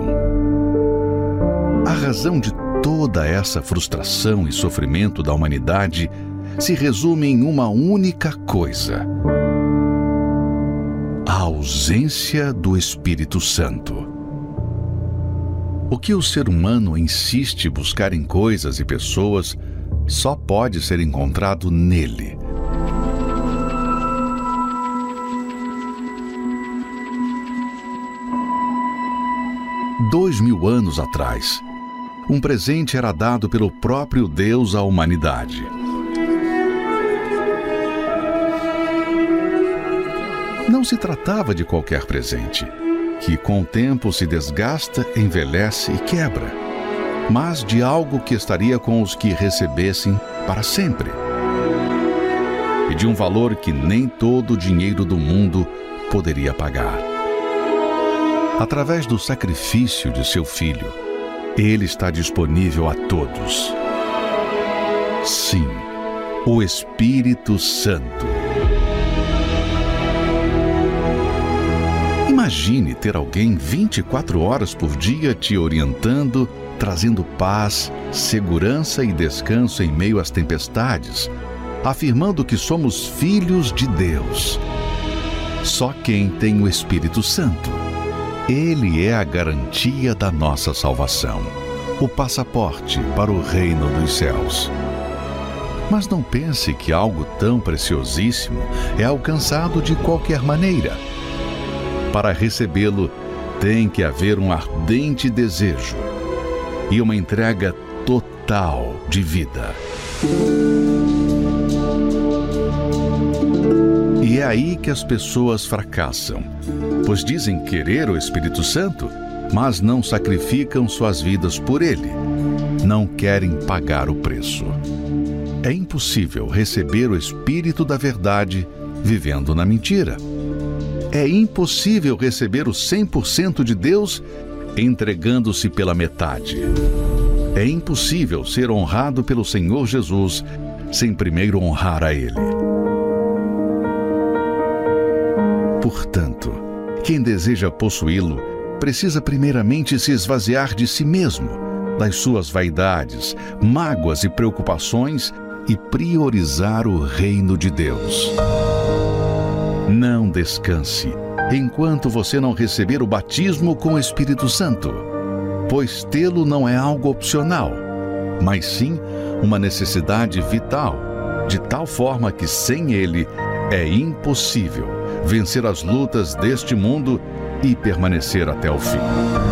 A razão de toda essa frustração e sofrimento da humanidade se resume em uma única coisa: a ausência do Espírito Santo. O que o ser humano insiste buscar em coisas e pessoas só pode ser encontrado nele. Dois 2000 anos atrás, um presente era dado pelo próprio Deus à humanidade. Não se tratava de qualquer presente, que com o tempo se desgasta, envelhece e quebra, mas de algo que estaria com os que recebessem para sempre. E de um valor que nem todo o dinheiro do mundo poderia pagar. Através do sacrifício de seu Filho, ele está disponível a todos. Sim, o Espírito Santo. Imagine ter alguém 24 horas por dia te orientando, trazendo paz, segurança e descanso em meio às tempestades, afirmando que somos filhos de Deus. Só quem tem o Espírito Santo. Ele é a garantia da nossa salvação, o passaporte para o reino dos céus. Mas não pense que algo tão preciosíssimo é alcançado de qualquer maneira. Para recebê-lo, tem que haver um ardente desejo e uma entrega total de vida. E é aí que as pessoas fracassam, pois dizem querer o Espírito Santo, mas não sacrificam suas vidas por ele. Não querem pagar o preço. É impossível receber o Espírito da verdade vivendo na mentira. É impossível receber o 100% de Deus entregando-se pela metade. É impossível ser honrado pelo Senhor Jesus sem primeiro honrar a Ele. Portanto, quem deseja possuí-lo precisa primeiramente se esvaziar de si mesmo, das suas vaidades, mágoas e preocupações e priorizar o reino de Deus. Não descanse enquanto você não receber o batismo com o Espírito Santo, pois tê-lo não é algo opcional, mas sim uma necessidade vital, de tal forma que sem ele é impossível vencer as lutas deste mundo e permanecer até o fim.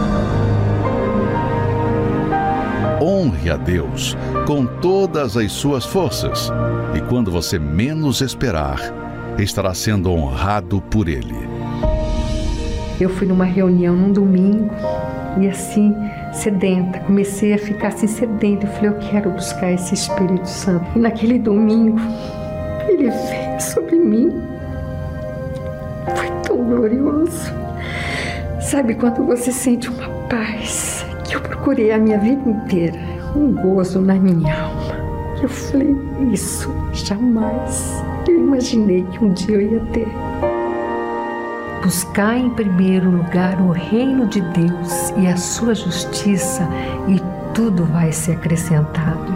Honre a Deus com todas as suas forças, e quando você menos esperar, estará sendo honrado por Ele. Eu fui numa reunião num domingo e assim, sedenta, comecei a ficar assim sedenta. Eu falei, eu quero buscar esse Espírito Santo. E naquele domingo, ele veio sobre mim. Foi tão glorioso. Sabe quando você sente uma paz que eu procurei a minha vida inteira, um gozo na minha alma. Eu falei, isso jamais eu imaginei que um dia eu ia ter. Buscar em primeiro lugar o reino de Deus e a sua justiça, e tudo vai ser acrescentado.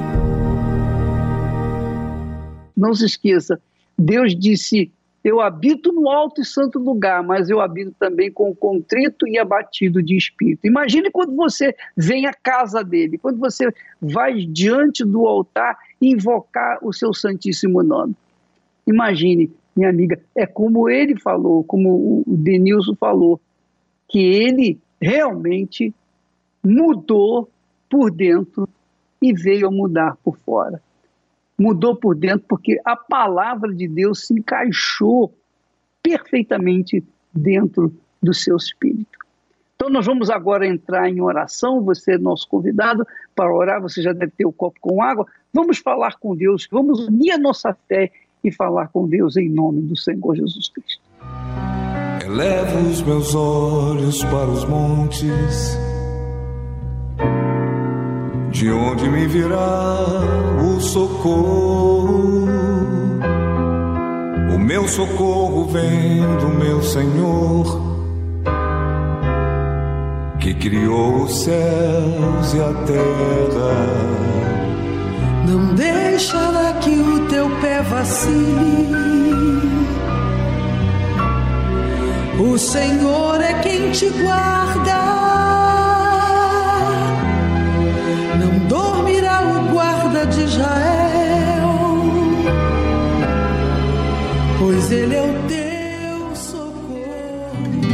Não se esqueça, Deus disse, eu habito no alto e santo lugar, mas eu habito também com o contrito e abatido de espírito. Imagine quando você vem à casa dele, quando você vai diante do altar invocar o seu santíssimo nome. Imagine, minha amiga, é como ele falou, como o Denilson falou, que ele realmente mudou por dentro e veio a mudar por fora. Mudou por dentro porque a palavra de Deus se encaixou perfeitamente dentro do seu espírito. Então nós vamos agora entrar em oração. Você é nosso convidado para orar, você já deve ter o copo com água. Vamos falar com Deus, vamos unir a nossa fé e falar com Deus em nome do Senhor Jesus Cristo. Elevo os meus olhos para os montes, de onde me virá o socorro? O meu socorro vem do meu Senhor, que criou os céus e a terra. Não deixará que o teu pé vacile. O Senhor é quem te guarda. Não dormirá o guarda de Israel, pois Ele é o teu socorro.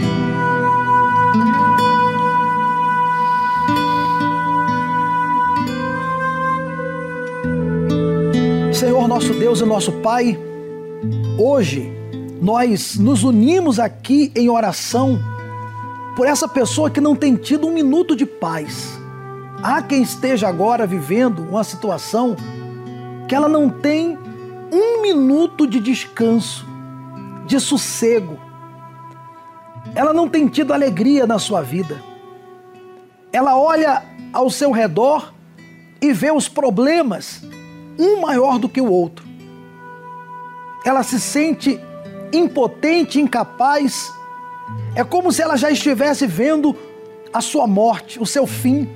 Senhor, nosso Deus e nosso Pai, hoje nós nos unimos aqui em oração por essa pessoa que não tem tido um minuto de paz. Há quem esteja agora vivendo uma situação que ela não tem um minuto de descanso, de sossego. Ela não tem tido alegria na sua vida. Ela olha ao seu redor e vê os problemas, um maior do que o outro. Ela se sente impotente, incapaz. É como se ela já estivesse vendo a sua morte, o seu fim.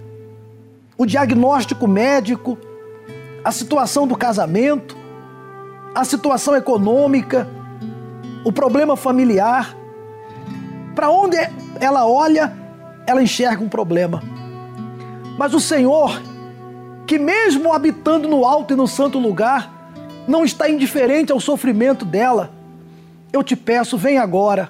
O diagnóstico médico, a situação do casamento, a situação econômica, o problema familiar. Para onde ela olha, ela enxerga um problema. Mas o Senhor, que mesmo habitando no alto e no santo lugar, não está indiferente ao sofrimento dela, eu te peço, vem agora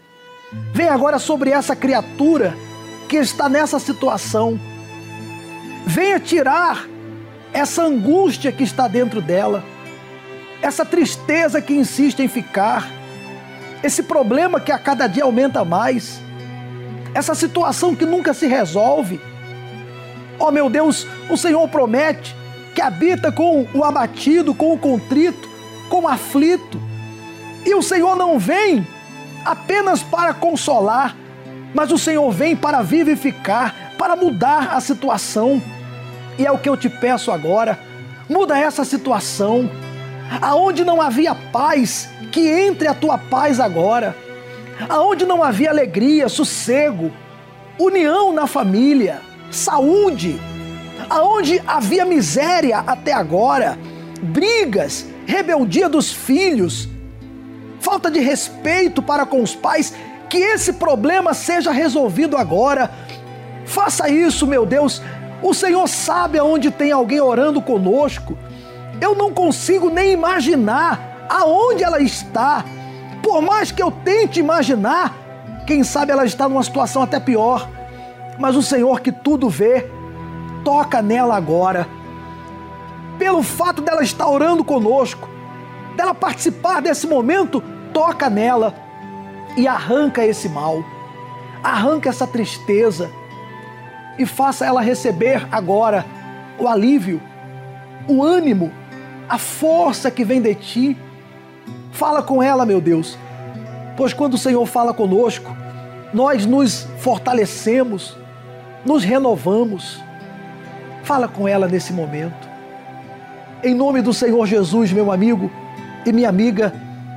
sobre essa criatura que está nessa situação. Venha tirar essa angústia que está dentro dela, essa tristeza que insiste em ficar, esse problema que a cada dia aumenta mais, essa situação que nunca se resolve. Oh meu Deus, o Senhor promete que habita com o abatido, com o contrito, com o aflito. E o Senhor não vem apenas para consolar, mas o Senhor vem para vivificar, para mudar a situação. E é o que eu te peço agora, muda essa situação. Aonde não havia paz, que entre a tua paz agora. Aonde não havia alegria, sossego, união na família, saúde. Aonde havia miséria até agora, brigas, rebeldia dos filhos, falta de respeito para com os pais, que esse problema seja resolvido agora. Faça isso, meu Deus. O Senhor sabe aonde tem alguém orando conosco. Eu não consigo nem imaginar aonde ela está. Por mais que eu tente imaginar, quem sabe ela está numa situação até pior. Mas o Senhor que tudo vê, toca nela agora. Pelo fato dela estar orando conosco, dela participar desse momento, toca nela e arranca esse mal, arranca essa tristeza e faça ela receber agora o alívio, o ânimo, a força que vem de ti. Fala com ela, meu Deus, pois quando o Senhor fala conosco, nós nos fortalecemos, nos renovamos. Fala com ela nesse momento. Em nome do Senhor Jesus, meu amigo e minha amiga,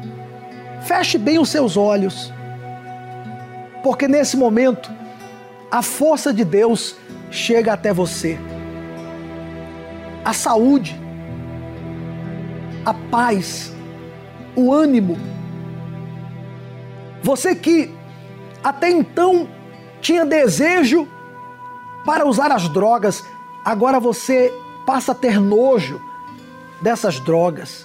feche bem os seus olhos, porque nesse momento a força de Deus chega até você. A saúde, a paz, o ânimo. Você que até então tinha desejo para usar as drogas, agora você passa a ter nojo dessas drogas.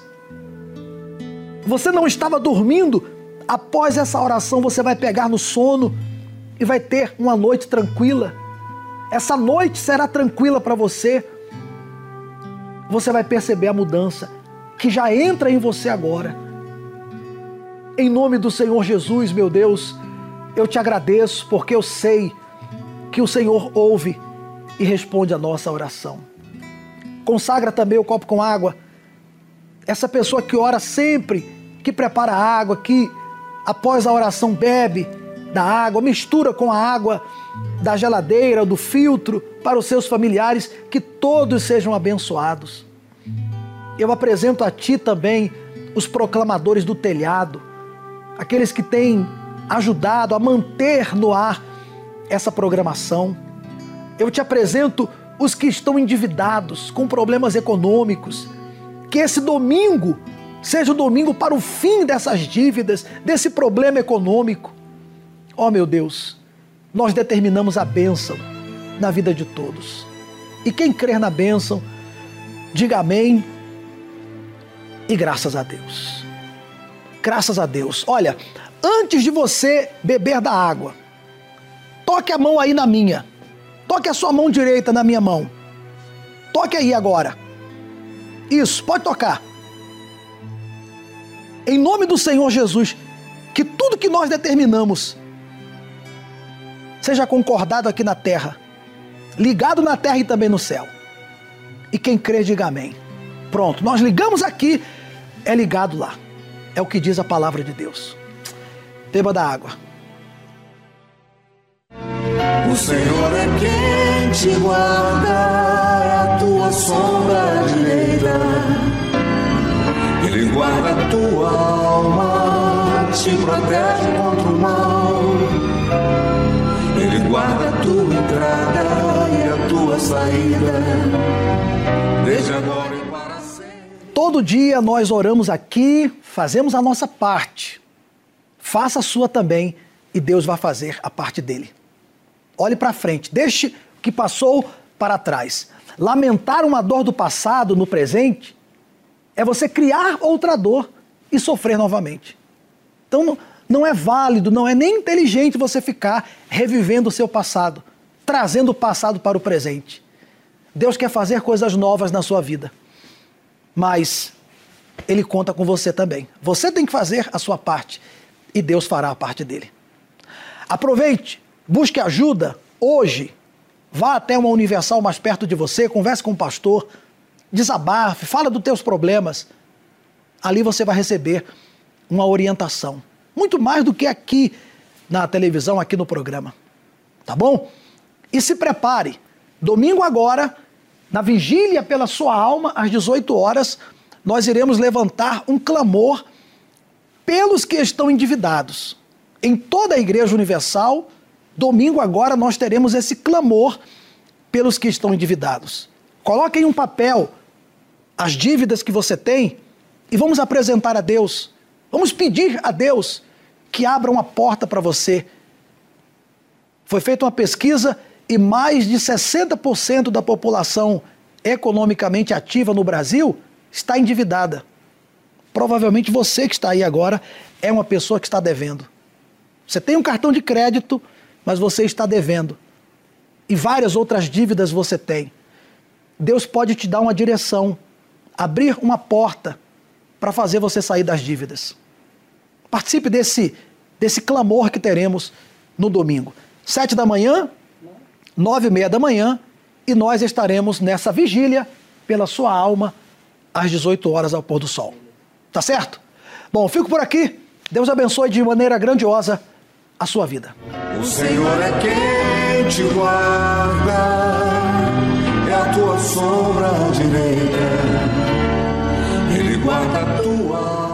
Você não estava dormindo, após essa oração você vai pegar no sono e vai ter uma noite tranquila. Essa noite será tranquila para você. Você vai perceber a mudança que já entra em você agora. Em nome do Senhor Jesus, meu Deus, eu te agradeço porque eu sei que o Senhor ouve e responde a nossa oração. Consagra também o copo com água. Essa pessoa que ora sempre, que prepara água, que após a oração bebe da água, mistura com a água da geladeira, do filtro, para os seus familiares, que todos sejam abençoados. Eu apresento a ti também os proclamadores do telhado, aqueles que têm ajudado a manter no ar essa programação. Eu te apresento os que estão endividados, com problemas econômicos. Que esse domingo seja o domingo para o fim dessas dívidas, desse problema econômico. Ó meu Deus, nós determinamos a bênção na vida de todos. E quem crer na bênção, diga amém e graças a Deus. Graças a Deus. Olha, antes de você beber da água, toque a mão aí na minha. Toque a sua mão direita na minha mão. Toque aí agora. Isso, pode tocar. Em nome do Senhor Jesus, que tudo que nós determinamos seja concordado aqui na terra, ligado na terra e também no céu. E quem crê, diga amém. Pronto, nós ligamos aqui, é ligado lá. É o que diz a palavra de Deus. Beba da água. O Senhor é quem te guarda, é a tua sombra direita. Ele guarda a tua alma, te protege contra o mal. Ele guarda a tua entrada e a tua saída, desde agora e para sempre. Todo dia nós oramos aqui, fazemos a nossa parte. Faça a sua também e Deus vai fazer a parte dele. Olhe para frente, deixe o que passou para trás. Lamentar uma dor do passado no presente é você criar outra dor e sofrer novamente. Então não é válido, não é nem inteligente você ficar revivendo o seu passado, trazendo o passado para o presente. Deus quer fazer coisas novas na sua vida, mas Ele conta com você também. Você tem que fazer a sua parte e Deus fará a parte dele. Aproveite. Busque ajuda hoje. Vá até uma Universal mais perto de você, converse com o pastor, desabafe, fala dos teus problemas. Ali você vai receber uma orientação. Muito mais do que aqui na televisão, aqui no programa. Tá bom? E se prepare. Domingo agora, na vigília pela sua alma, às 18 horas, nós iremos levantar um clamor pelos que estão endividados. Em toda a Igreja Universal, domingo agora nós teremos esse clamor pelos que estão endividados. Coloque em um papel as dívidas que você tem e vamos apresentar a Deus. Vamos pedir a Deus que abra uma porta para você. Foi feita uma pesquisa e mais de 60% da população economicamente ativa no Brasil está endividada. Provavelmente você que está aí agora é uma pessoa que está devendo. Você tem um cartão de crédito, mas você está devendo. E várias outras dívidas você tem. Deus pode te dar uma direção, abrir uma porta para fazer você sair das dívidas. Participe desse clamor que teremos no domingo. 7 da manhã, 9h30 da manhã, e nós estaremos nessa vigília pela sua alma às 18 horas ao pôr do sol. Tá certo? Bom, fico por aqui. Deus abençoe de maneira grandiosa a sua vida. O Senhor é quem te guarda, é a tua sombra direita. Ele guarda a tua